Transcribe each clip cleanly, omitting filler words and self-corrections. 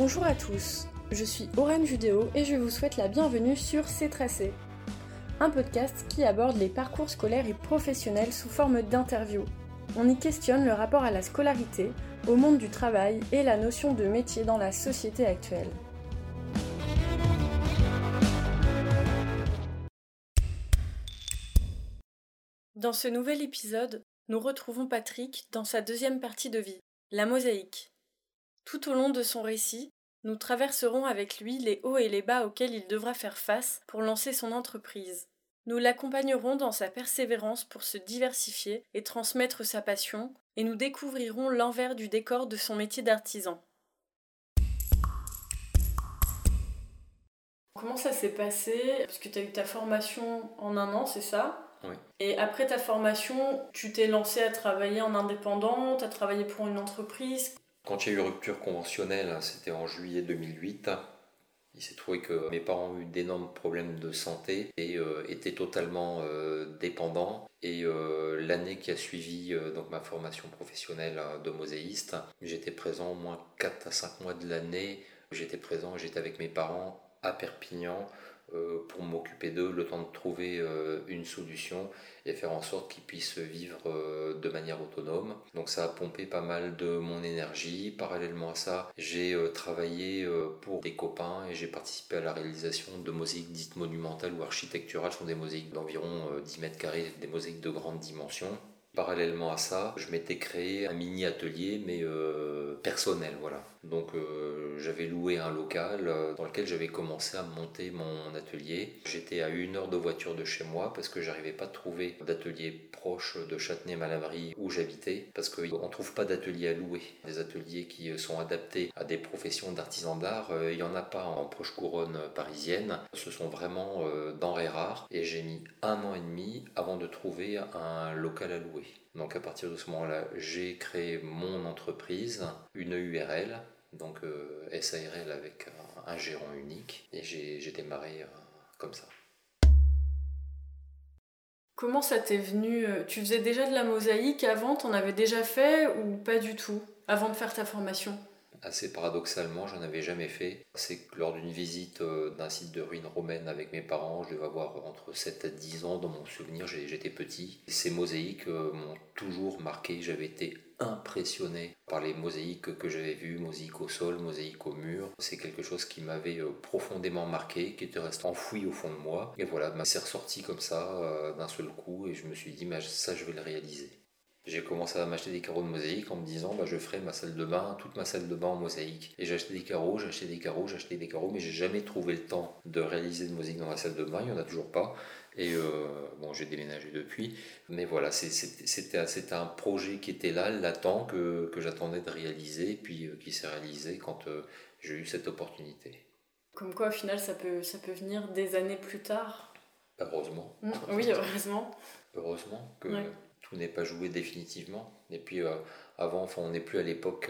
Bonjour à tous, je suis Aurane Judéo et je vous souhaite la bienvenue sur C'est Tracé, un podcast qui aborde les parcours scolaires et professionnels sous forme d'interviews. On y questionne le rapport à la scolarité, au monde du travail et la notion de métier dans la société actuelle. Dans ce nouvel épisode, nous retrouvons Patrick dans sa deuxième partie de vie, la mosaïque. Tout au long de son récit, nous traverserons avec lui les hauts et les bas auxquels il devra faire face pour lancer son entreprise. Nous l'accompagnerons dans sa persévérance pour se diversifier et transmettre sa passion, et nous découvrirons l'envers du décor de son métier d'artisan. Comment ça s'est passé? Parce que tu as eu ta formation en 1 an, c'est ça? Oui. Et après ta formation, tu t'es lancé à travailler en indépendant, tu as travaillé pour une entreprise. Quand il y a eu rupture conventionnelle, c'était en juillet 2008, il s'est trouvé que mes parents ont eu d'énormes problèmes de santé et étaient totalement dépendants. Et l'année qui a suivi donc ma formation professionnelle de mosaïste, j'étais présent au moins 4 à 5 mois de l'année. J'étais avec mes parents à Perpignan pour m'occuper d'eux, le temps de trouver une solution et faire en sorte qu'ils puissent vivre de manière autonome. Donc ça a pompé pas mal de mon énergie. Parallèlement à ça, j'ai travaillé pour des copains et j'ai participé à la réalisation de mosaïques dites monumentales ou architecturales. Ce sont des mosaïques d'environ 10 mètres carrés, des mosaïques de grande dimension. Parallèlement à ça, je m'étais créé un mini atelier mais personnel, voilà. Donc j'avais loué un local dans lequel j'avais commencé à monter mon atelier. J'étais à 1 heure de voiture de chez moi parce que j'arrivais pas à trouver d'atelier proche de Châtenay-Malabry où j'habitais parce qu'on ne trouve pas d'atelier à louer. Des ateliers qui sont adaptés à des professions d'artisans d'art, il n'y en a pas en proche couronne parisienne. Ce sont vraiment denrées rares et j'ai mis 1 an et demi avant de trouver un local à louer. Donc à partir de ce moment-là, j'ai créé mon entreprise, une URL, donc SARL avec un gérant unique, et j'ai démarré comme ça. Comment ça t'est venu? Tu faisais déjà de la mosaïque avant? T'en avais déjà fait ou pas du tout, avant de faire ta formation? Assez paradoxalement, j'en avais jamais fait. C'est que lors d'une visite d'un site de ruines romaines avec mes parents, je devais avoir entre 7 à 10 ans dans mon souvenir, j'étais petit. Ces mosaïques m'ont toujours marqué, j'avais été impressionné par les mosaïques que j'avais vues, mosaïques au sol, mosaïques au mur. C'est quelque chose qui m'avait profondément marqué, qui était resté enfoui au fond de moi. Et voilà, c'est ressorti comme ça d'un seul coup et je me suis dit, ça je vais le réaliser. J'ai commencé à m'acheter des carreaux de mosaïque en me disant je ferai ma salle de bain, toute ma salle de bain en mosaïque. Et j'ai acheté des carreaux, mais j'ai jamais trouvé le temps de réaliser de mosaïque dans ma salle de bain, il n'y en a toujours pas. Et j'ai déménagé depuis. Mais voilà, c'était un projet qui était là, latent, que j'attendais de réaliser, puis qui s'est réalisé quand j'ai eu cette opportunité. Comme quoi, au final, ça peut venir des années plus tard. Heureusement. Oui, heureusement. Heureusement que... Ouais. Tout n'est pas joué définitivement. Et puis avant, on n'est plus à l'époque,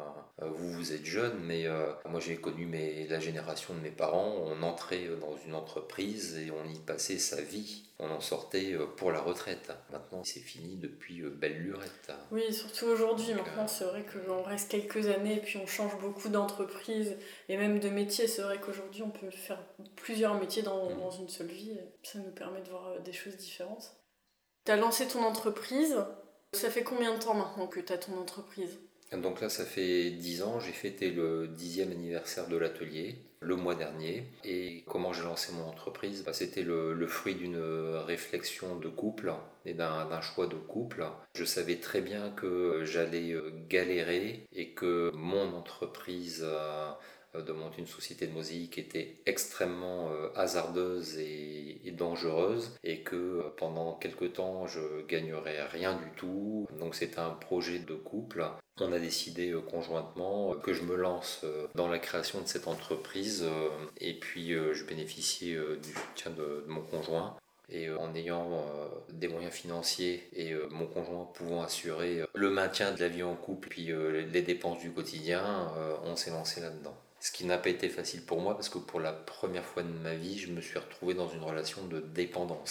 vous êtes jeune, mais moi j'ai connu la génération de mes parents, on entrait dans une entreprise et on y passait sa vie. On en sortait pour la retraite. Maintenant c'est fini depuis belle lurette. Oui, surtout aujourd'hui. Maintenant c'est vrai qu'on reste quelques années et puis on change beaucoup d'entreprises et même de métiers. C'est vrai qu'aujourd'hui on peut faire plusieurs métiers dans une seule vie. Ça nous permet de voir des choses différentes. Tu as lancé ton entreprise, ça fait combien de temps maintenant que tu as ton entreprise? Donc là ça fait 10 ans, j'ai fêté le 10e anniversaire de l'atelier le mois dernier. Et comment j'ai lancé mon entreprise? C'était le fruit d'une réflexion de couple et d'un choix de couple. Je savais très bien que j'allais galérer et que mon entreprise de monter une société de mosaïque était extrêmement hasardeuse et dangereuse et que pendant quelques temps je gagnerais rien du tout. Donc c'était un projet de couple. On a décidé conjointement que je me lance dans la création de cette entreprise et puis je bénéficiais du soutien de mon conjoint. Et en ayant des moyens financiers et mon conjoint pouvant assurer le maintien de la vie en couple puis les dépenses du quotidien, on s'est lancé là-dedans. Ce qui n'a pas été facile pour moi parce que pour la première fois de ma vie, je me suis retrouvé dans une relation de dépendance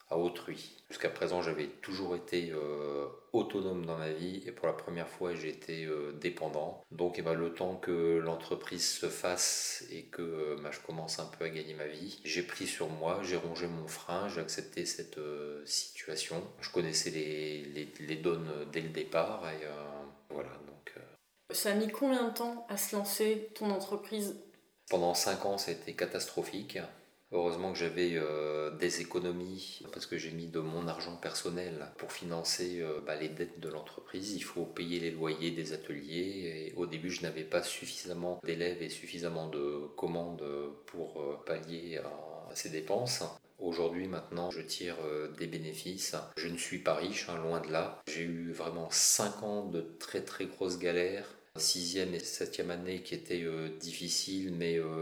à autrui. Jusqu'à présent, j'avais toujours été autonome dans ma vie et pour la première fois, j'ai été dépendant. Donc le temps que l'entreprise se fasse et que je commence un peu à gagner ma vie, j'ai pris sur moi, j'ai rongé mon frein, j'ai accepté cette situation. Je connaissais les donnes dès le départ et voilà. Donc, Ça a mis combien de temps à se lancer ton entreprise ? pendant 5 ans, ça a été catastrophique. Heureusement que j'avais des économies parce que j'ai mis de mon argent personnel pour financer les dettes de l'entreprise. Il faut payer les loyers des ateliers et au début je n'avais pas suffisamment d'élèves et suffisamment de commandes pour pallier à ces dépenses. Aujourd'hui maintenant je tire des bénéfices. Je ne suis pas riche, loin de là. J'ai eu vraiment 5 ans de très très grosses galères. 6e et 7e année qui étaient difficiles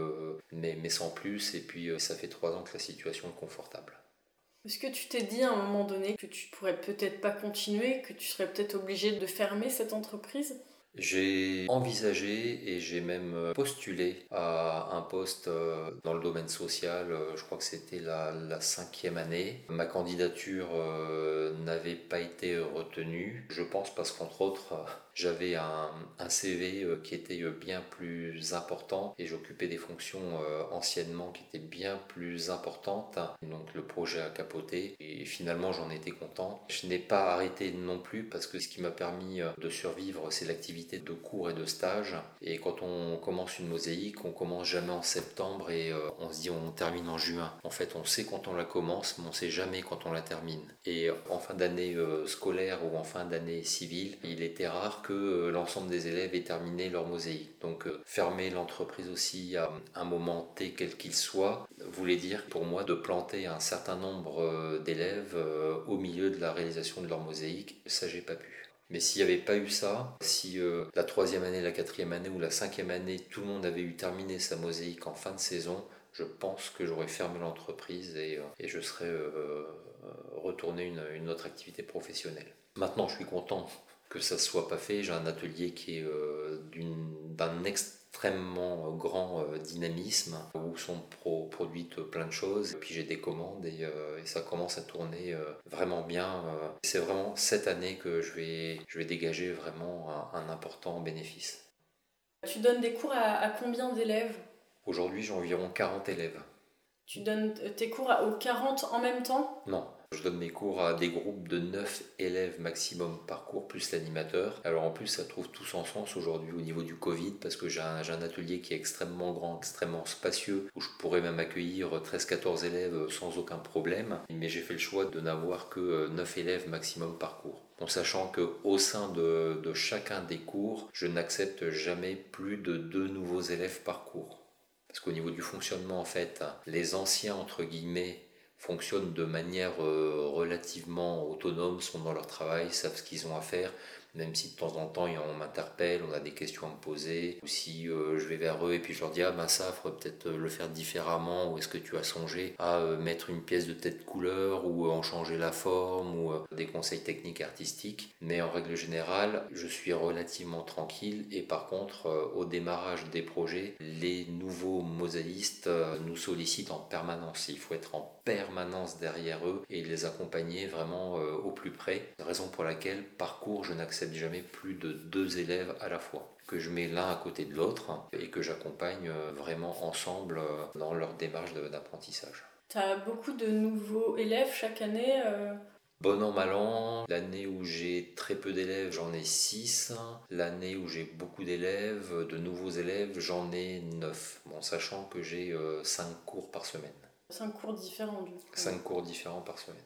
mais sans plus et puis ça fait 3 ans que la situation est confortable. Est-ce que tu t'es dit à un moment donné que tu pourrais peut-être pas continuer, que tu serais peut-être obligé de fermer cette entreprise ? J'ai envisagé et j'ai même postulé à un poste dans le domaine social, je crois que c'était la 5e année. Ma candidature n'avait pas été retenue, je pense parce qu'entre autres, j'avais un CV qui était bien plus important et j'occupais des fonctions anciennement qui étaient bien plus importantes. Donc le projet a capoté et finalement j'en étais content. Je n'ai pas arrêté non plus parce que ce qui m'a permis de survivre, c'est l'activité de cours et de stage. Et quand on commence une mosaïque, on commence jamais en septembre et on se dit on termine en juin. En fait, on sait quand on la commence, mais on sait jamais quand on la termine. Et en fin d'année scolaire ou en fin d'année civile, il était rare que l'ensemble des élèves aient terminé leur mosaïque. Donc fermer l'entreprise aussi à un moment T quel qu'il soit voulait dire pour moi de planter un certain nombre d'élèves au milieu de la réalisation de leur mosaïque. Ça, j'ai pas pu. Mais s'il n'y avait pas eu ça, si la 3e année, la 4e année ou la 5e année, tout le monde avait eu terminé sa mosaïque en fin de saison, je pense que j'aurais fermé l'entreprise et je serais retourné une autre activité professionnelle. Maintenant, je suis content que ça ne soit pas fait. J'ai un atelier qui est d'un extrêmement grand dynamisme où sont produites plein de choses. Puis j'ai des commandes et ça commence à tourner vraiment bien. C'est vraiment cette année que je vais dégager vraiment un important bénéfice. Tu donnes des cours à combien d'élèves ? Aujourd'hui, j'ai environ 40 élèves. Tu donnes tes cours aux 40 en même temps ? Non. Je donne mes cours à des groupes de 9 élèves maximum par cours, plus l'animateur. Alors en plus, ça trouve tout son sens aujourd'hui au niveau du Covid, parce que j'ai un atelier qui est extrêmement grand, extrêmement spacieux, où je pourrais même accueillir 13-14 élèves sans aucun problème. Mais j'ai fait le choix de n'avoir que 9 élèves maximum par cours. En sachant qu'au sein de chacun des cours, je n'accepte jamais plus de 2 nouveaux élèves par cours. Parce qu'au niveau du fonctionnement, en fait, les anciens, entre guillemets, fonctionnent de manière relativement autonome, sont dans leur travail, savent ce qu'ils ont à faire, même si de temps en temps on m'interpelle, on a des questions à me poser, ou si je vais vers eux et puis je leur dis ça, il faudrait peut-être le faire différemment, ou est-ce que tu as songé à mettre une pièce de telle couleur, ou en changer la forme, ou des conseils techniques et artistiques. Mais en règle générale, je suis relativement tranquille et par contre, au démarrage des projets, les nouveaux mosaïstes nous sollicitent en permanence. Il faut être en permanence derrière eux et les accompagner vraiment au plus près. Raison pour laquelle, par cours, je n'accepte jamais plus de 2 élèves à la fois, que je mets l'un à côté de l'autre et que j'accompagne vraiment ensemble dans leur démarche d'apprentissage. Tu as beaucoup de nouveaux élèves chaque année Bon an, mal an, l'année où j'ai très peu d'élèves, j'en ai 6. L'année où j'ai beaucoup d'élèves, de nouveaux élèves, j'en ai 9. Bon, sachant que j'ai 5 cours par semaine. 5 cours différents du coup. 5 cours différents par semaine.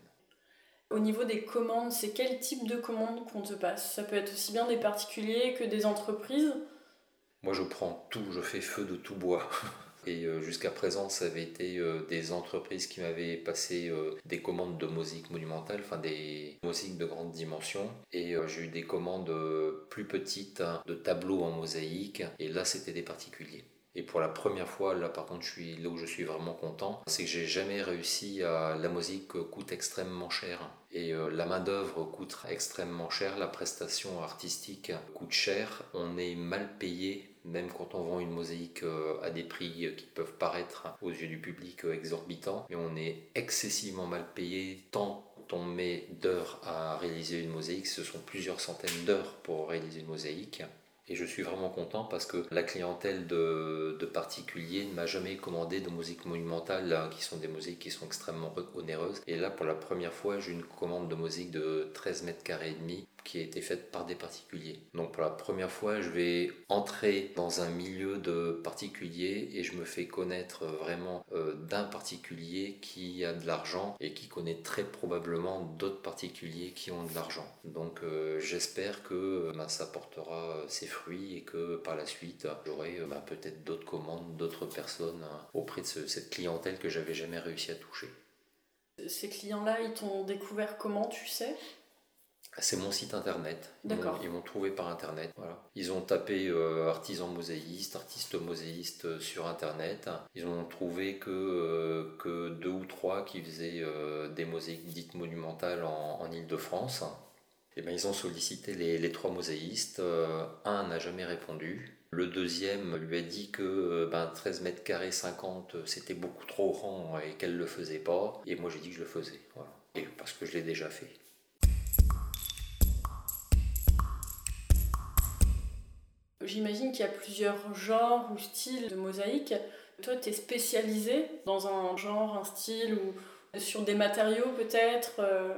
Au niveau des commandes, c'est quel type de commandes qu'on te passe ? Ça peut être aussi bien des particuliers que des entreprises ? Moi, je prends tout, je fais feu de tout bois. Et jusqu'à présent, ça avait été des entreprises qui m'avaient passé des commandes de mosaïque monumentale, enfin des mosaïques de grande dimension. Et j'ai eu des commandes plus petites de tableaux en mosaïque. Et là, c'était des particuliers. Et pour la première fois, là par contre, là où je suis vraiment content, c'est que j'ai jamais réussi à... La mosaïque coûte extrêmement cher. Et la main-d'œuvre coûte extrêmement cher, la prestation artistique coûte cher. On est mal payé même quand on vend une mosaïque à des prix qui peuvent paraître aux yeux du public exorbitants, mais on est excessivement mal payé tant on met d'heures à réaliser une mosaïque, ce sont plusieurs centaines d'heures pour réaliser une mosaïque. Et je suis vraiment content parce que la clientèle de particuliers ne m'a jamais commandé de mosaïques monumentales, là, qui sont des mosaïques qui sont extrêmement onéreuses. Et là, pour la première fois, j'ai une commande de mosaïque de 13 mètres carrés et demi qui a été faite par des particuliers. Donc pour la première fois, je vais entrer dans un milieu de particuliers et je me fais connaître vraiment d'un particulier qui a de l'argent et qui connaît très probablement d'autres particuliers qui ont de l'argent. Donc j'espère que ça portera ses fruits et que par la suite, j'aurai peut-être d'autres commandes, d'autres personnes auprès de cette clientèle que j'avais jamais réussi à toucher. Ces clients-là, ils t'ont découvert comment, tu sais ? C'est mon site internet. D'accord. Ils m'ont trouvé par internet. Voilà. Ils ont tapé artisan mosaïste, artiste mosaïste sur internet. Ils ont trouvé que 2 ou 3 qui faisaient des mosaïques dites monumentales en Île-de-France. Et ils ont sollicité les 3 mosaïstes. Un n'a jamais répondu. Le deuxième lui a dit que 13 mètres carrés 50 c'était beaucoup trop grand et qu'elle ne le faisait pas. Et moi j'ai dit que je le faisais. Voilà. Et parce que je l'ai déjà fait. J'imagine qu'il y a plusieurs genres ou styles de mosaïque. Toi, tu es spécialisé dans un genre, un style ou sur des matériaux peut-être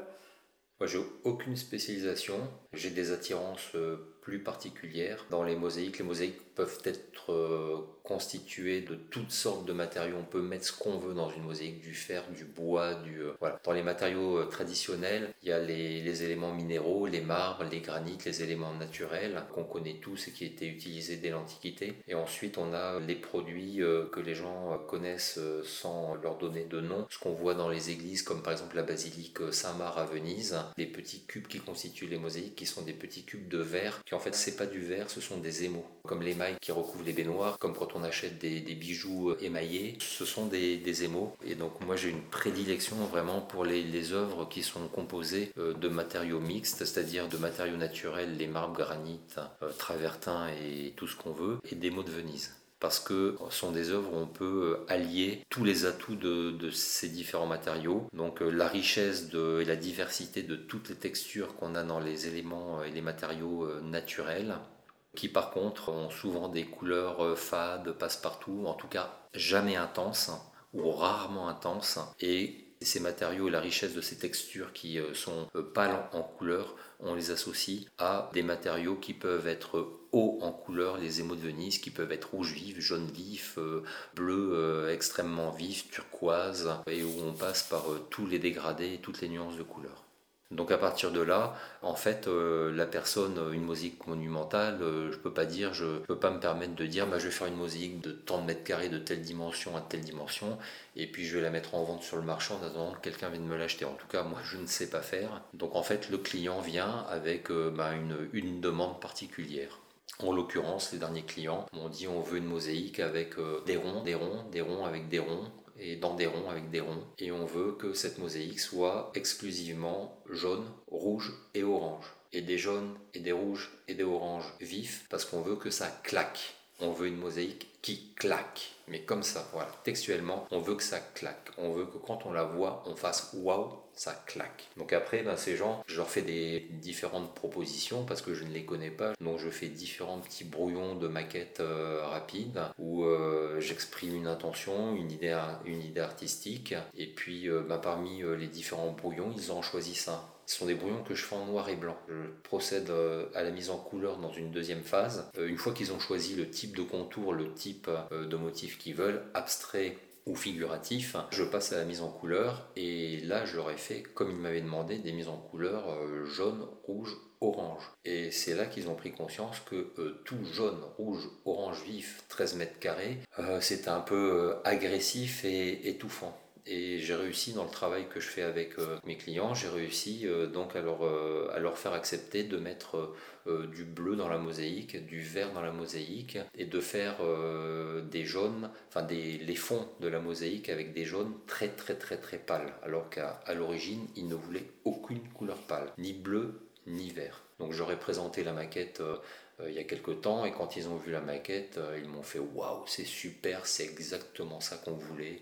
Moi, j'ai aucune spécialisation. J'ai des attirances plus particulières dans les mosaïques. Les mosaïques peuvent être constituées de toutes sortes de matériaux. On peut mettre ce qu'on veut dans une mosaïque, du fer, du bois, voilà. Dans les matériaux traditionnels, il y a les éléments minéraux, les marbres, les granites, les éléments naturels qu'on connaît tous et qui étaient utilisés dès l'Antiquité. Et ensuite, on a les produits que les gens connaissent sans leur donner de nom. Ce qu'on voit dans les églises, comme par exemple la basilique Saint-Marc à Venise, les petits cubes qui constituent les mosaïques, qui sont des petits cubes de verre, qui en fait c'est pas du verre, ce sont des émaux, comme l'émail qui recouvre les baignoires, comme quand on achète des bijoux émaillés, ce sont des émaux. Et donc moi j'ai une prédilection vraiment pour les œuvres qui sont composées de matériaux mixtes, c'est-à-dire de matériaux naturels, les marbres, granit, travertin et tout ce qu'on veut, et d'émaux de Venise. Parce que ce sont des œuvres où on peut allier tous les atouts de ces différents matériaux. Donc la richesse et la diversité de toutes les textures qu'on a dans les éléments et les matériaux naturels, qui par contre ont souvent des couleurs fades, passe-partout, en tout cas jamais intenses ou rarement intenses. Et ces matériaux et la richesse de ces textures qui sont pâles en couleur, on les associe à des matériaux qui peuvent être hauts en couleur, les émaux de Venise, qui peuvent être rouge vif, jaune vif, bleu extrêmement vif, turquoise, et où on passe par tous les dégradés et toutes les nuances de couleurs. Donc à partir de là, en fait, la personne, une mosaïque monumentale, je peux pas me permettre de dire je vais faire une mosaïque de tant de mètres carrés de telle dimension à telle dimension, et puis je vais la mettre en vente sur le marché en attendant que quelqu'un vienne me l'acheter. En tout cas, moi je ne sais pas faire. Donc en fait, le client vient avec une demande particulière. En l'occurrence, les derniers clients m'ont dit on veut une mosaïque avec des ronds avec des ronds, et dans des ronds avec des ronds, et on veut que cette mosaïque soit exclusivement jaune, rouge et orange, et des jaunes et des rouges et des oranges vifs, parce qu'on veut que ça claque. On veut une mosaïque qui claque, mais comme ça, voilà, textuellement, on veut que ça claque. On veut que quand on la voit, on fasse waouh, ça claque. Donc après, ces gens, je leur fais des différentes propositions parce que je ne les connais pas. Donc je fais différents petits brouillons de maquettes rapides où j'exprime une intention, une idée artistique. Et puis parmi les différents brouillons, ils en choisissent un. Ce sont des brouillons que je fais en noir et blanc. Je procède à la mise en couleur dans une deuxième phase. Une fois qu'ils ont choisi le type de contour, le type de motif qu'ils veulent, abstrait ou figuratif, je passe à la mise en couleur et là je leur ai fait, comme ils m'avaient demandé, des mises en couleur jaune, rouge, orange. Et c'est là qu'ils ont pris conscience que tout jaune, rouge, orange vif, 13 mètres carrés, c'était un peu agressif et étouffant. Et j'ai réussi dans le travail que je fais avec mes clients, j'ai réussi donc à leur faire accepter de mettre du bleu dans la mosaïque, du vert dans la mosaïque, et de faire des jaunes, les fonds de la mosaïque avec des jaunes très très très très pâles, alors qu'à l'origine ils ne voulaient aucune couleur pâle, ni bleu ni vert. Donc j'aurais présenté la maquette il y a quelques temps, et quand ils ont vu la maquette, ils m'ont fait waouh, c'est super, c'est exactement ça qu'on voulait.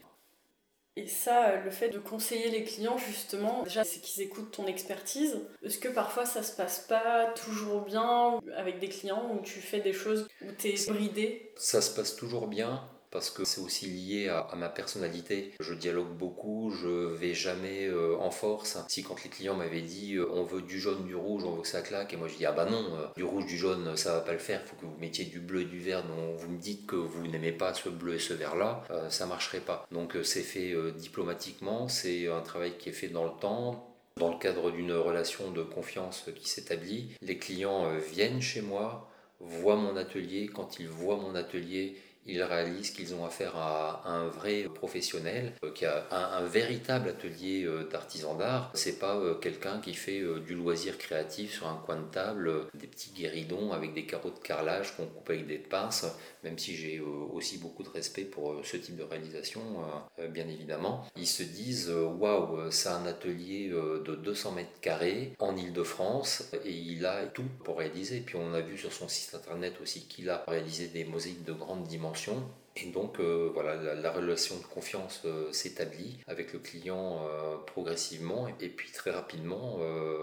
Et ça, le fait de conseiller les clients, justement, déjà, c'est qu'ils écoutent ton expertise. Est-ce que parfois ça se passe pas toujours bien avec des clients où tu fais des choses où tu es bridé? Ça se passe toujours bien parce que c'est aussi lié à ma personnalité. Je dialogue beaucoup, je vais jamais en force. Si quand les clients m'avaient dit on veut du jaune, du rouge, on veut que ça claque, et moi je dis ah bah non, du rouge, du jaune, ça va pas le faire, il faut que vous mettiez du bleu et du vert, donc vous me dites que vous n'aimez pas ce bleu et ce vert là, ça marcherait pas. Donc c'est fait diplomatiquement, c'est un travail qui est fait dans le temps. Dans le cadre d'une relation de confiance qui s'établit, les clients viennent chez moi, voient mon atelier. Quand ils voient mon atelier, ils réalisent qu'ils ont affaire à un vrai professionnel qui a un véritable atelier d'artisan d'art. C'est pas quelqu'un qui fait du loisir créatif sur un coin de table, des petits guéridons avec des carreaux de carrelage qu'on coupe avec des pinces, même si j'ai aussi beaucoup de respect pour ce type de réalisation, bien évidemment. Ils se disent waouh, c'est un atelier de 200 mètres carrés en Île-de-France et il a tout pour réaliser. Puis on a vu sur son site internet aussi qu'il a réalisé des mosaïques de grande dimension. Et donc voilà, la relation de confiance s'établit avec le client progressivement et puis très rapidement,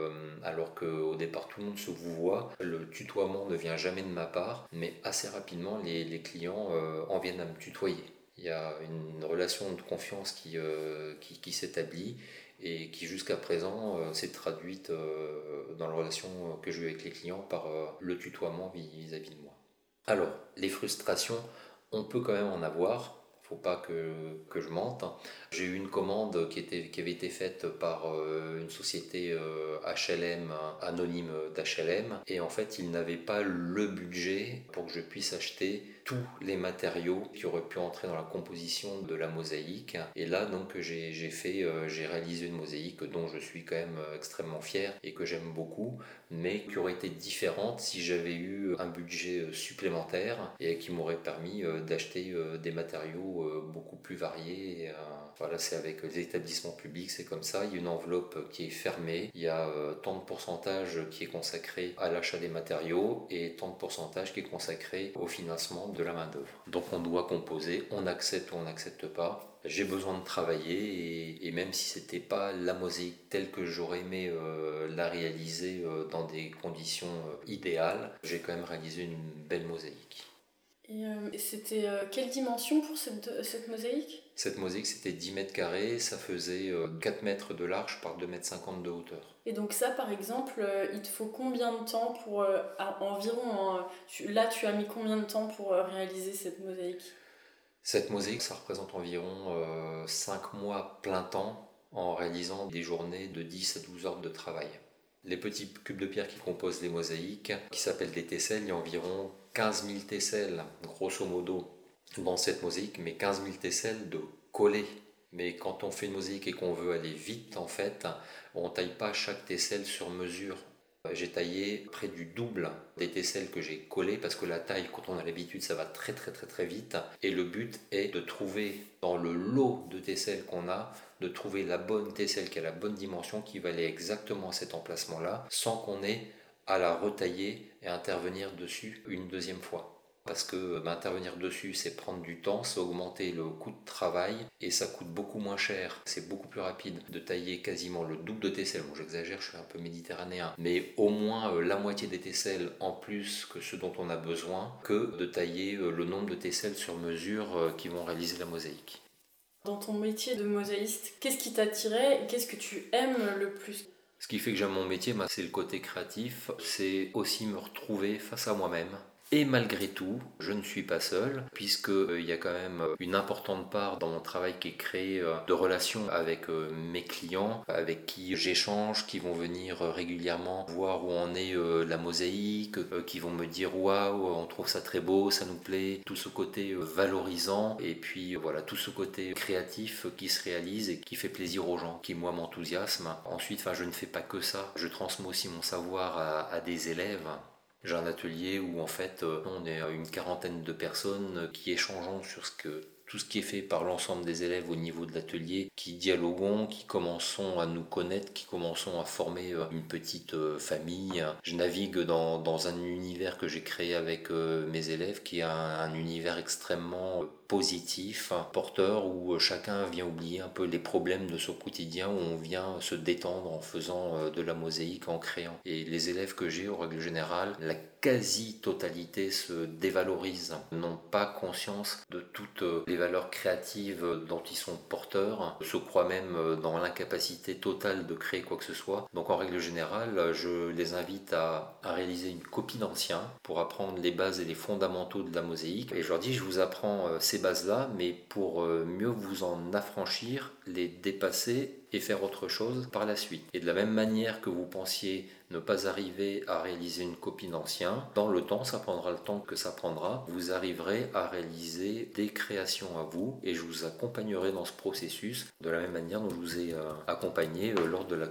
alors qu'au départ tout le monde se vouvoie, le tutoiement ne vient jamais de ma part, mais assez rapidement les clients en viennent à me tutoyer. Il y a une relation de confiance qui s'établit et qui jusqu'à présent s'est traduite dans la relation que j'ai eue avec les clients par le tutoiement vis-à-vis de moi. Alors, les frustrations, on peut quand même en avoir. Faut pas que je mente. J'ai eu une commande qui avait été faite par une société HLM, anonyme d'HLM, et en fait, ils n'avaient pas le budget pour que je puisse acheter tous les matériaux qui auraient pu entrer dans la composition de la mosaïque. Et là, donc, j'ai réalisé une mosaïque dont je suis quand même extrêmement fier et que j'aime beaucoup, mais qui aurait été différente si j'avais eu un budget supplémentaire et qui m'aurait permis d'acheter des matériaux beaucoup plus variés. Voilà, c'est avec les établissements publics, c'est comme ça. Il y a une enveloppe qui est fermée. Il y a tant de pourcentage qui est consacré à l'achat des matériaux et tant de pourcentage qui est consacré au financement de la main-d'œuvre. Donc on doit composer, on accepte ou on n'accepte pas. J'ai besoin de travailler et même si c'était pas la mosaïque telle que j'aurais aimé la réaliser dans des conditions idéales, j'ai quand même réalisé une belle mosaïque. Et c'était quelle dimension pour cette mosaïque? Cette mosaïque, c'était 10 mètres carrés, ça faisait 4 mètres de large par 2,50 m de hauteur. Et donc ça, par exemple, il te faut combien de temps pour... environ, là, tu as mis combien de temps pour réaliser cette mosaïque? Cette mosaïque, ça représente environ 5 mois plein temps en réalisant des journées de 10 à 12 heures de travail. Les petits cubes de pierre qui composent les mosaïques, qui s'appellent des tesselles, il y a environ 15 000 tesselles, grosso modo, dans cette mosaïque, mais 15 000 tesselles de collées. Mais quand on fait une mosaïque et qu'on veut aller vite, en fait, on ne taille pas chaque tesselle sur mesure. J'ai taillé près du double des tesselles que j'ai collées parce que la taille, quand on a l'habitude, ça va très très très très vite. Et le but est de trouver dans le lot de tesselles qu'on a, de trouver la bonne tesselle qui a la bonne dimension, qui va aller exactement à cet emplacement-là, sans qu'on ait à la retailler et intervenir dessus une deuxième fois. Parce que intervenir dessus, c'est prendre du temps, c'est augmenter le coût de travail et ça coûte beaucoup moins cher. C'est beaucoup plus rapide de tailler quasiment le double de tesselles. Bon, j'exagère, je suis un peu méditerranéen, mais au moins la moitié des tesselles en plus que ce dont on a besoin, que de tailler le nombre de tesselles sur mesure qui vont réaliser la mosaïque. Dans ton métier de mosaïste, qu'est-ce qui t'attirait et qu'est-ce que tu aimes le plus? Ce qui fait que j'aime mon métier, c'est le côté créatif, c'est aussi me retrouver face à moi-même. Et malgré tout, je ne suis pas seul, puisqu'il y a quand même une importante part dans mon travail qui est créée de relations avec mes clients, avec qui j'échange, qui vont venir régulièrement voir où en est la mosaïque, qui vont me dire waouh, on trouve ça très beau, ça nous plaît, tout ce côté valorisant, et puis voilà, tout ce côté créatif qui se réalise et qui fait plaisir aux gens, qui moi m'enthousiasme. Ensuite, je ne fais pas que ça, je transmets aussi mon savoir à des élèves. J'ai un atelier où en fait on est une quarantaine de personnes qui échangeons sur ce que tout ce qui est fait par l'ensemble des élèves au niveau de l'atelier, qui dialoguons, qui commençons à nous connaître, qui commençons à former une petite famille. Je navigue dans un univers que j'ai créé avec mes élèves, qui est un univers extrêmement positif, porteur, où chacun vient oublier un peu les problèmes de son quotidien, où on vient se détendre en faisant de la mosaïque, en créant. Et les élèves que j'ai, en règle générale, la quasi-totalité se dévalorisent, n'ont pas conscience de toutes les valeurs créatives dont ils sont porteurs, se croient même dans l'incapacité totale de créer quoi que ce soit. Donc en règle générale, je les invite à réaliser une copie d'ancien pour apprendre les bases et les fondamentaux de la mosaïque. Et je leur dis, je vous apprends ces bases-là, mais pour mieux vous en affranchir, les dépasser et faire autre chose par la suite. Et de la même manière que vous pensiez ne pas arriver à réaliser une copie d'ancien, dans le temps, ça prendra le temps que ça prendra, vous arriverez à réaliser des créations à vous et je vous accompagnerai dans ce processus de la même manière dont je vous ai accompagné lors de la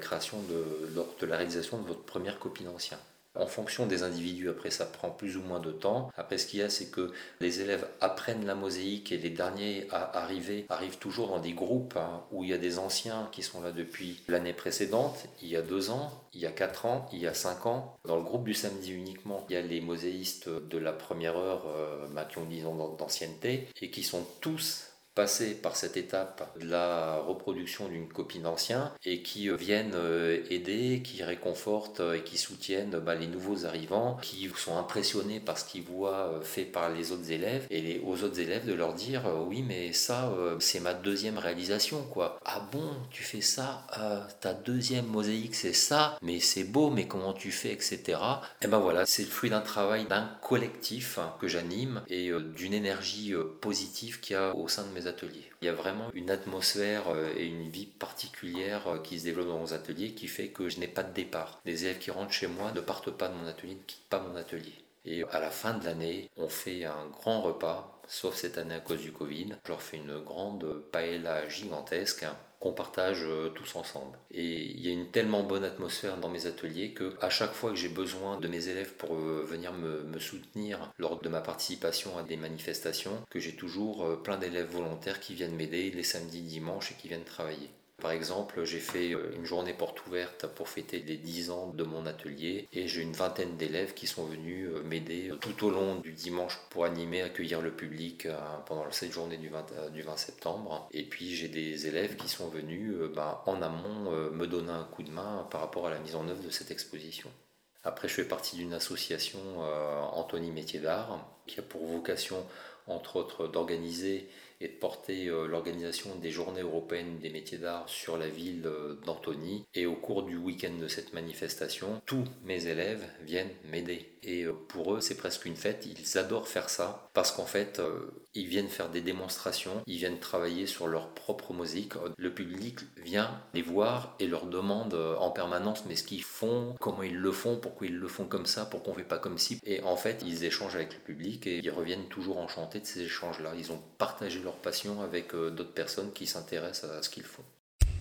lors de la réalisation de votre première copie d'ancien. En fonction des individus, après ça prend plus ou moins de temps. Après ce qu'il y a, c'est que les élèves apprennent la mosaïque et les derniers à arriver arrivent toujours dans des groupes où il y a des anciens qui sont là depuis l'année précédente, il y a 2 ans, il y a 4 ans, il y a 5 ans. Dans le groupe du samedi uniquement, il y a les mosaïstes de la première heure qui ont 10 ans d'ancienneté et qui sont tous passer par cette étape de la reproduction d'une copie d'ancien et qui viennent aider, qui réconfortent et qui soutiennent les nouveaux arrivants, qui sont impressionnés par ce qu'ils voient fait par les autres élèves et aux autres élèves de leur dire oui mais ça c'est ma deuxième réalisation quoi. Ah bon tu fais ça, ta deuxième mosaïque c'est ça, mais c'est beau mais comment tu fais etc. Et ben voilà, c'est le fruit d'un travail d'un collectif que j'anime et d'une énergie positive qu'il y a au sein de mes ateliers. Il y a vraiment une atmosphère et une vie particulière qui se développe dans nos ateliers qui fait que je n'ai pas de départ. Les élèves qui rentrent chez moi ne partent pas de mon atelier, ne quittent pas mon atelier. Et à la fin de l'année, on fait un grand repas, sauf cette année à cause du Covid. Je leur fais une grande paella gigantesque qu'on partage tous ensemble. Et il y a une tellement bonne atmosphère dans mes ateliers que à chaque fois que j'ai besoin de mes élèves pour venir me soutenir lors de ma participation à des manifestations, que j'ai toujours plein d'élèves volontaires qui viennent m'aider les samedis, dimanches et qui viennent travailler. Par exemple, j'ai fait une journée porte ouverte pour fêter les 10 ans de mon atelier et j'ai une vingtaine d'élèves qui sont venus m'aider tout au long du dimanche pour animer, accueillir le public pendant cette journée du 20 septembre. Et puis j'ai des élèves qui sont venus en amont me donner un coup de main par rapport à la mise en œuvre de cette exposition. Après, je fais partie d'une association, Anthony Métiers d'Art, qui a pour vocation, entre autres, d'organiser et de porter l'organisation des journées européennes des métiers d'art sur la ville d'Antony. Et au cours du week-end de cette manifestation, tous mes élèves viennent m'aider. Et pour eux, c'est presque une fête, ils adorent faire ça, parce qu'en fait, ils viennent faire des démonstrations, ils viennent travailler sur leur propre mosaïque. Le public vient les voir et leur demande en permanence mais ce qu'ils font, comment ils le font, pourquoi ils le font comme ça, pourquoi on ne fait pas comme ci. Et en fait, ils échangent avec le public et ils reviennent toujours enchantés de ces échanges-là. Ils ont partagé leur passion avec d'autres personnes qui s'intéressent à ce qu'ils font.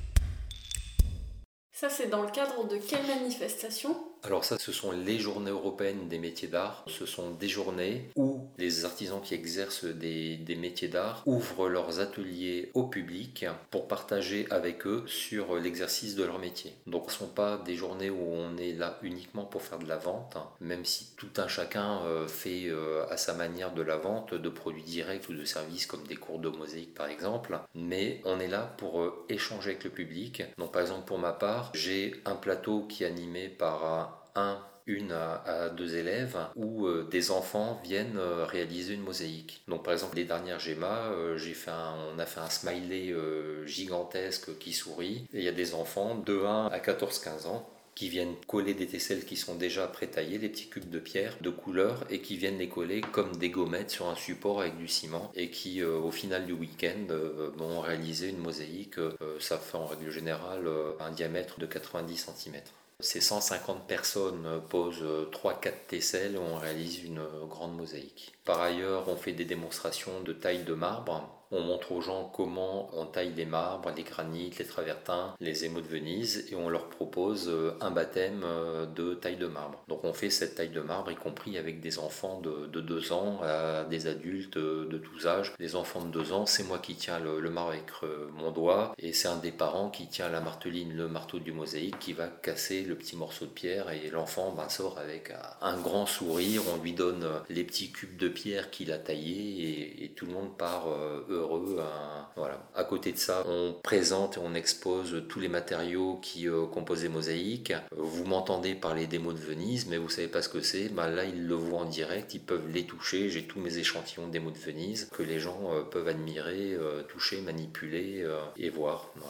Ça, c'est dans le cadre de quelle manifestation ? Alors ça, ce sont les journées européennes des métiers d'art. Ce sont des journées où les artisans qui exercent des métiers d'art ouvrent leurs ateliers au public pour partager avec eux sur l'exercice de leur métier. Donc ce ne sont pas des journées où on est là uniquement pour faire de la vente, même si tout un chacun fait à sa manière de la vente, de produits directs ou de services comme des cours de mosaïque par exemple. Mais on est là pour échanger avec le public. Donc par exemple pour ma part, j'ai un plateau qui est animé par une à 2 élèves où des enfants viennent réaliser une mosaïque. Donc par exemple les dernières GEMA, on a fait un smiley gigantesque qui sourit et il y a des enfants de 1 à 14-15 ans qui viennent coller des tesselles qui sont déjà pré-taillées, des petits cubes de pierre de couleur et qui viennent les coller comme des gommettes sur un support avec du ciment et qui au final du week-end vont réaliser une mosaïque. Ça fait en règle générale un diamètre de 90 cm. Ces 150 personnes posent 3-4 tesselles et on réalise une grande mosaïque. Par ailleurs, on fait des démonstrations de taille de marbre On montre aux gens comment on taille les marbres, les granites, les travertins, les émaux de Venise et on leur propose un baptême de taille de marbre. Donc on fait cette taille de marbre y compris avec des enfants de 2 ans à des adultes de tous âges. Les enfants de 2 ans, c'est moi qui tiens le marbre avec mon doigt et c'est un des parents qui tient la marteline, le marteau du mosaïque qui va casser le petit morceau de pierre et l'enfant sort avec un grand sourire. On lui donne les petits cubes de pierre qu'il a taillés et tout le monde part heureux. Voilà. À côté de ça, on présente et on expose tous les matériaux qui composent les mosaïques. Vous m'entendez parler des mots de Venise, mais vous savez pas ce que c'est. Là, ils le voient en direct, ils peuvent les toucher. J'ai tous mes échantillons des mots de Venise que les gens peuvent admirer, toucher, manipuler et voir. Voilà.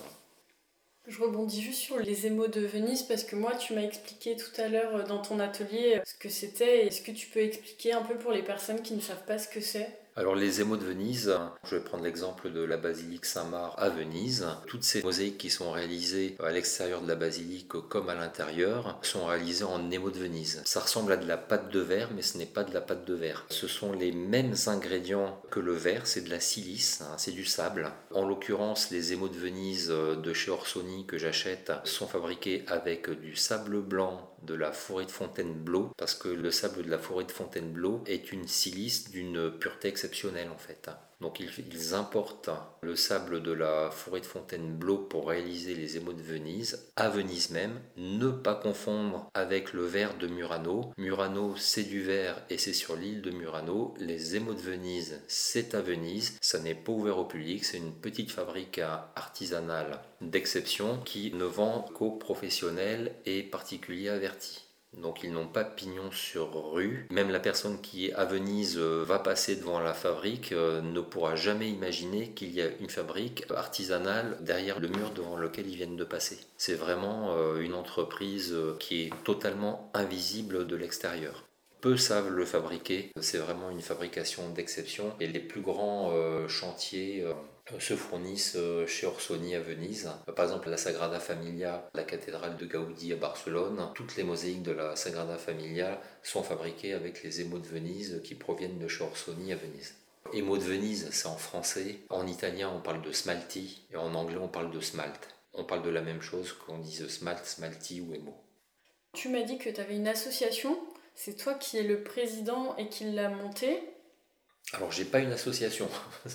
Je rebondis juste sur les émaux de Venise parce que moi, tu m'as expliqué tout à l'heure dans ton atelier ce que c'était. Est-ce que tu peux expliquer un peu pour les personnes qui ne savent pas ce que c'est ? Alors les émaux de Venise, je vais prendre l'exemple de la basilique Saint-Marc à Venise. Toutes ces mosaïques qui sont réalisées à l'extérieur de la basilique comme à l'intérieur sont réalisées en émaux de Venise. Ça ressemble à de la pâte de verre, mais ce n'est pas de la pâte de verre. Ce sont les mêmes ingrédients que le verre, c'est de la silice, c'est du sable. En l'occurrence, les émaux de Venise de chez Orsoni que j'achète sont fabriqués avec du sable blanc de la forêt de Fontainebleau, parce que le sable de la forêt de Fontainebleau est une silice d'une pureté exceptionnelle en fait. Donc ils importent le sable de la forêt de Fontainebleau pour réaliser les émaux de Venise, à Venise même. Ne pas confondre avec le verre de Murano. Murano c'est du verre et c'est sur l'île de Murano. Les émaux de Venise c'est à Venise. Ça n'est pas ouvert au public, c'est une petite fabrique artisanale d'exception qui ne vend qu'aux professionnels et particuliers avertis. Donc ils n'ont pas pignon sur rue. Même la personne qui est à Venise va passer devant la fabrique ne pourra jamais imaginer qu'il y a une fabrique artisanale derrière le mur devant lequel ils viennent de passer. C'est vraiment une entreprise qui est totalement invisible de l'extérieur. Peu savent le fabriquer, c'est vraiment une fabrication d'exception et les plus grands chantiers se fournissent chez Orsoni à Venise. Par exemple, la Sagrada Familia, la cathédrale de Gaudi à Barcelone, toutes les mosaïques de la Sagrada Familia sont fabriquées avec les émaux de Venise qui proviennent de chez Orsoni à Venise. Émaux de Venise, c'est en français. En italien, on parle de smalti et en anglais, on parle de smalt. On parle de la même chose qu'on dise smalt, smalti ou émaux. Tu m'as dit que tu avais une association. C'est toi qui es le président et qui l'as montée. Alors, j'ai pas une association.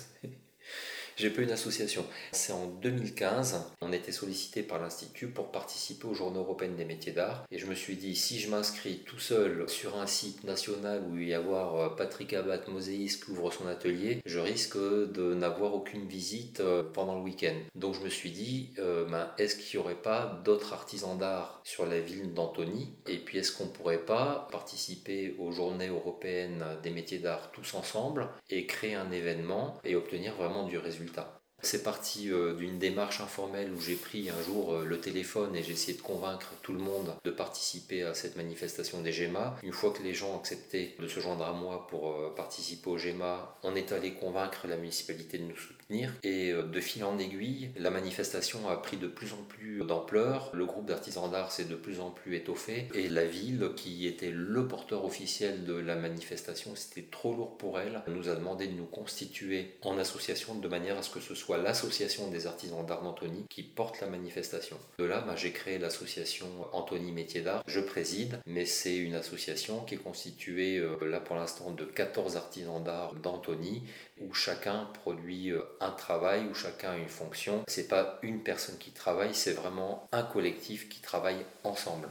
J'ai pas une association. C'est en 2015, on était sollicité par l'Institut pour participer aux Journées européennes des métiers d'art. Et je me suis dit, si je m'inscris tout seul sur un site national où il y avoir Patrick Abad, mosaïste, qui ouvre son atelier, je risque de n'avoir aucune visite pendant le week-end. Donc je me suis dit, est-ce qu'il n'y aurait pas d'autres artisans d'art sur la ville d'Antony ? Et puis est-ce qu'on ne pourrait pas participer aux Journées européennes des métiers d'art tous ensemble et créer un événement et obtenir vraiment du résultat ? C'est parti d'une démarche informelle où j'ai pris un jour le téléphone et j'ai essayé de convaincre tout le monde de participer à cette manifestation des GEMA. Une fois que les gens acceptaient de se joindre à moi pour participer au GEMA, on est allé convaincre la municipalité de nous soutenir et de fil en aiguille, la manifestation a pris de plus en plus d'ampleur, le groupe d'artisans d'art s'est de plus en plus étoffé et la ville, qui était le porteur officiel de la manifestation, c'était trop lourd pour elle, nous a demandé de nous constituer en association de manière à ce que ce soit l'association des artisans d'art d'Antony qui porte la manifestation. De là, j'ai créé l'association Antony Métiers d'Art. Je préside, mais c'est une association qui est constituée là pour l'instant de 14 artisans d'art d'Antony où chacun produit un travail, où chacun a une fonction. C'est pas une personne qui travaille, c'est vraiment un collectif qui travaille ensemble.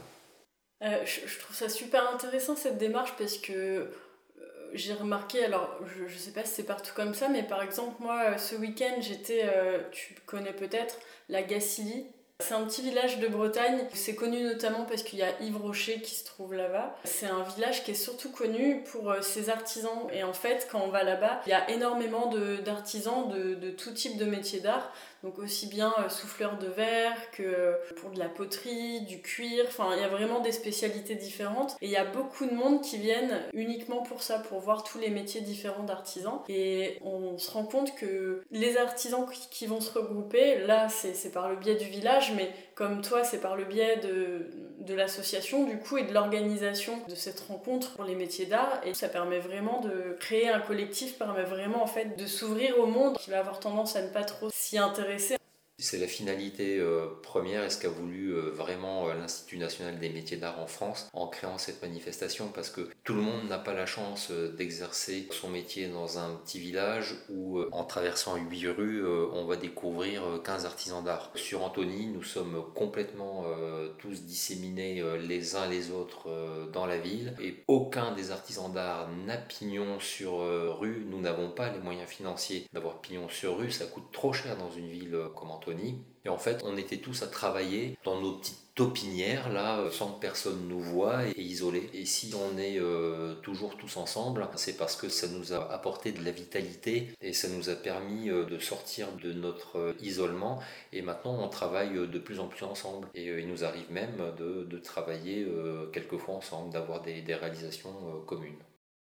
Je trouve ça super intéressant cette démarche parce que j'ai remarqué, alors je sais pas si c'est partout comme ça, mais par exemple moi ce week-end j'étais, tu connais peut-être, la Gacilly. C'est un petit village de Bretagne, c'est connu notamment parce qu'il y a Yves Rocher qui se trouve là-bas. C'est un village qui est surtout connu pour ses artisans et en fait quand on va là-bas, il y a énormément d'artisans de tout type de métiers d'art. Donc aussi bien souffleur de verre que pour de la poterie, du cuir, enfin il y a vraiment des spécialités différentes. Et il y a beaucoup de monde qui viennent uniquement pour ça, pour voir tous les métiers différents d'artisans. Et on se rend compte que les artisans qui vont se regrouper, là c'est par le biais du village, mais comme toi, c'est par le biais de l'association du coup et de l'organisation de cette rencontre pour les métiers d'art, et ça permet vraiment de créer un collectif, permet vraiment en fait de s'ouvrir au monde qui va avoir tendance à ne pas trop s'y intéresser. C'est la finalité première et ce qu'a voulu vraiment l'Institut national des métiers d'art en France en créant cette manifestation, parce que tout le monde n'a pas la chance d'exercer son métier dans un petit village où en traversant 8 rues on va découvrir 15 artisans d'art. Sur Antony, nous sommes complètement tous disséminés les uns les autres dans la ville, et aucun des artisans d'art n'a pignon sur rue. Nous n'avons pas les moyens financiers d'avoir pignon sur rue, ça coûte trop cher dans une ville comme Antony. Et en fait, on était tous à travailler dans nos petites taupinières, là, sans que personne nous voie et isolés. Et si on est toujours tous ensemble, c'est parce que ça nous a apporté de la vitalité et ça nous a permis de sortir de notre isolement. Et maintenant, on travaille de plus en plus ensemble. Et il nous arrive même de travailler quelquefois ensemble, d'avoir des réalisations communes.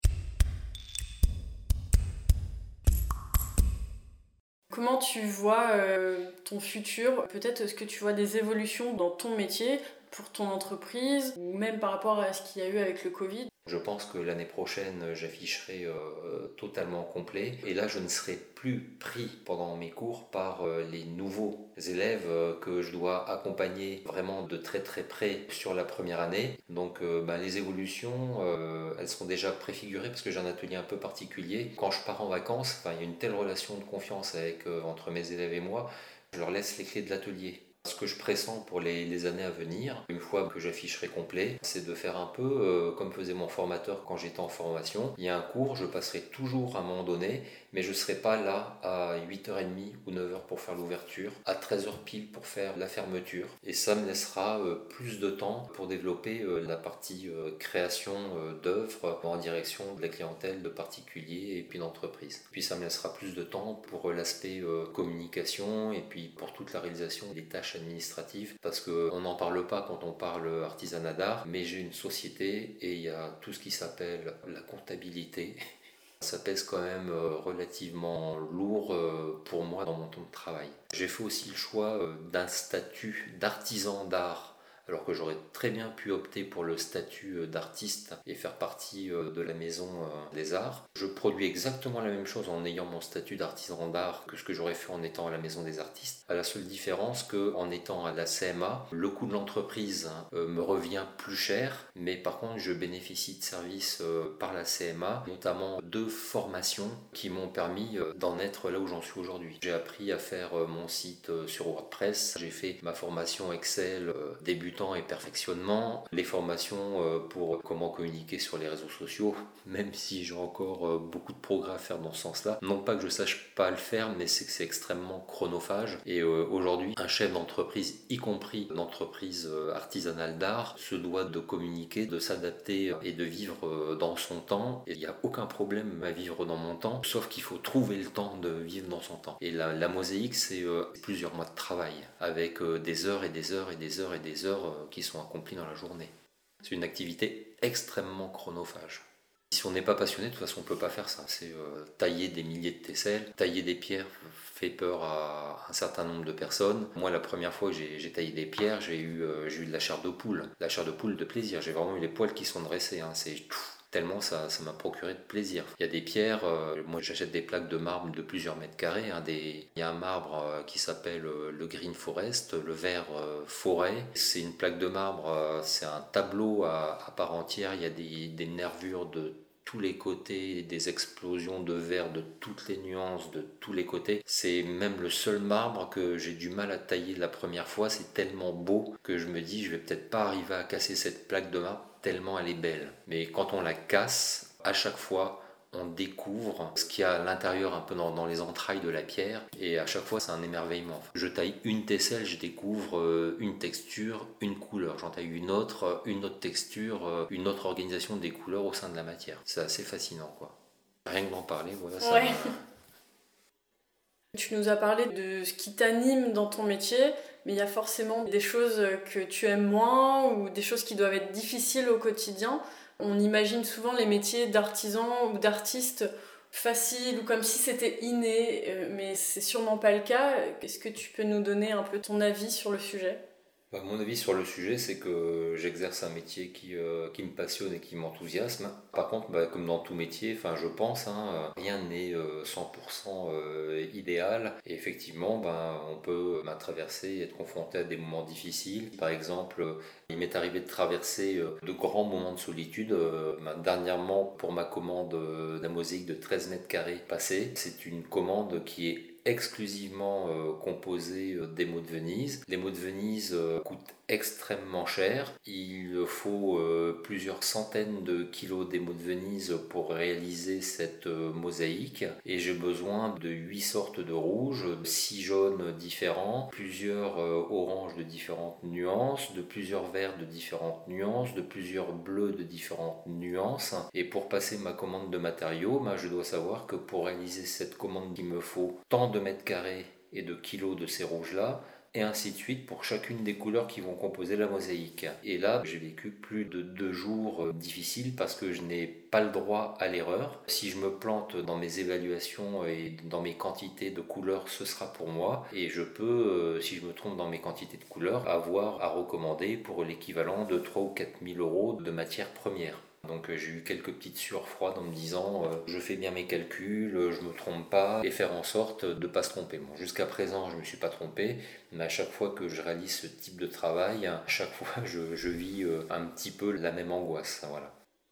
Comment tu vois ton futur? Peut-être est-ce que tu vois des évolutions dans ton métier, pour ton entreprise, ou même par rapport à ce qu'il y a eu avec le Covid? Je pense que l'année prochaine, j'afficherai totalement complet. Et là, je ne serai plus pris pendant mes cours par les nouveaux élèves que je dois accompagner vraiment de très très près sur la première année. Donc les évolutions, elles sont déjà préfigurées parce que j'ai un atelier un peu particulier. Quand je pars en vacances, il y a une telle relation de confiance entre mes élèves et moi, je leur laisse les clés de l'atelier. Ce que je pressens pour les années à venir, une fois que j'afficherai complet, c'est de faire un peu comme faisait mon formateur quand j'étais en formation. Il y a un cours, je passerai toujours à un moment donné, mais je ne serai pas là à 8h30 ou 9h pour faire l'ouverture, à 13h pile pour faire la fermeture. Et ça me laissera plus de temps pour développer la partie création d'œuvres en direction de la clientèle de particuliers et puis d'entreprises. Puis ça me laissera plus de temps pour l'aspect communication et puis pour toute la réalisation des tâches administratives, parce qu'on n'en parle pas quand on parle artisanat d'art, mais j'ai une société et il y a tout ce qui s'appelle la comptabilité. Ça pèse quand même relativement lourd pour moi dans mon temps de travail. J'ai fait aussi le choix d'un statut d'artisan d'art, alors que j'aurais très bien pu opter pour le statut d'artiste et faire partie de la maison des arts. Je produis exactement la même chose en ayant mon statut d'artisan d'art que ce que j'aurais fait en étant à la maison des artistes, à la seule différence qu'en étant à la CMA, le coût de l'entreprise me revient plus cher, mais par contre je bénéficie de services par la CMA, notamment de formations qui m'ont permis d'en être là où j'en suis aujourd'hui. J'ai appris à faire mon site sur WordPress, j'ai fait ma formation Excel débutant et perfectionnement, les formations pour comment communiquer sur les réseaux sociaux, même si j'ai encore beaucoup de progrès à faire dans ce sens-là. Non pas que je sache pas le faire, mais c'est que c'est extrêmement chronophage. Et aujourd'hui, un chef d'entreprise, y compris d'entreprise artisanale d'art, se doit de communiquer, de s'adapter et de vivre dans son temps. Et il n'y a aucun problème à vivre dans mon temps, sauf qu'il faut trouver le temps de vivre dans son temps. Et la mosaïque, c'est plusieurs mois de travail, avec des heures et des heures et des heures et des heures qui sont accomplies dans la journée. C'est une activité extrêmement chronophage. Si on n'est pas passionné, de toute façon on ne peut pas faire ça. C'est tailler des milliers de tesselles, tailler des pierres fait peur à un certain nombre de personnes. Moi, la première fois que j'ai taillé des pierres, j'ai eu de la chair de poule. La chair de poule de plaisir. J'ai vraiment eu les poils qui sont dressés. C'est tellement ça m'a procuré de plaisir. Il y a des pierres, moi j'achète des plaques de marbre de plusieurs mètres carrés. Il y a un marbre qui s'appelle le Green Forest, le vert forêt. C'est une plaque de marbre, c'est un tableau à part entière. Il y a des nervures de tous les côtés, des explosions de verre de toutes les nuances, de tous les côtés. C'est même le seul marbre que j'ai du mal à tailler la première fois. C'est tellement beau que je me dis je vais peut-être pas arriver à casser cette plaque de marbre tellement elle est belle. Mais quand on la casse, à chaque fois on découvre ce qu'il y a à l'intérieur, un peu dans les entrailles de la pierre, et à chaque fois c'est un émerveillement. Je taille une tesselle, je découvre une texture, une couleur. J'en taille une autre texture, une autre organisation des couleurs au sein de la matière. C'est assez fascinant, quoi. Rien que d'en parler, voilà, ça. Ouais. Tu nous as parlé de ce qui t'anime dans ton métier, mais il y a forcément des choses que tu aimes moins ou des choses qui doivent être difficiles au quotidien. On imagine souvent les métiers d'artisan ou d'artiste facile ou comme si c'était inné, mais c'est sûrement pas le cas. Est-ce que tu peux nous donner un peu ton avis sur le sujet ? Mon avis sur le sujet, c'est que j'exerce un métier qui me passionne et qui m'enthousiasme. Par contre, comme dans tout métier, je pense, rien n'est 100% idéal. Et effectivement, on peut traverser et être confronté à des moments difficiles. Par exemple, il m'est arrivé de traverser de grands moments de solitude. Dernièrement, pour ma commande d'un mosaïque de 13 mètres carrés passée, c'est une commande qui est exclusivement composé d'émaux de Venise. L'émaux de Venise coûte extrêmement cher. Il faut plusieurs centaines de kilos d'émaux de Venise pour réaliser cette mosaïque. Et j'ai besoin de 8 sortes de rouges, 6 jaunes différents, plusieurs oranges de différentes nuances, de plusieurs verts de différentes nuances, de plusieurs bleus de différentes nuances. Et pour passer ma commande de matériaux, je dois savoir que pour réaliser cette commande, il me faut tant de mètres carrés et de kilos de ces rouges-là, et ainsi de suite pour chacune des couleurs qui vont composer la mosaïque. Et là, j'ai vécu plus de 2 jours difficiles parce que je n'ai pas le droit à l'erreur. Si je me plante dans mes évaluations et dans mes quantités de couleurs, ce sera pour moi. Et je peux, si je me trompe dans mes quantités de couleurs, avoir à recommander pour l'équivalent de 3 ou 4 000 euros de matières premières. Donc j'ai eu quelques petites sueurs froides en me disant je fais bien mes calculs, je me trompe pas, et faire en sorte de ne pas se tromper. Jusqu'à présent je ne me suis pas trompé, mais à chaque fois que je réalise ce type de travail, à chaque fois je vis un petit peu la même angoisse. Voilà.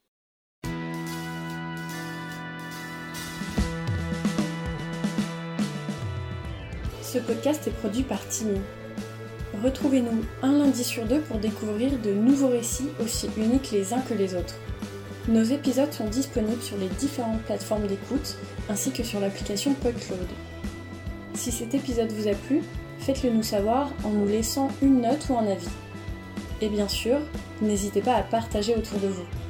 Ce podcast est produit par Timmy. Retrouvez-nous un lundi sur 2 pour découvrir de nouveaux récits aussi uniques les uns que les autres. Nos épisodes sont disponibles sur les différentes plateformes d'écoute, ainsi que sur l'application PodCloud. Si cet épisode vous a plu, faites-le nous savoir en nous laissant une note ou un avis. Et bien sûr, n'hésitez pas à partager autour de vous.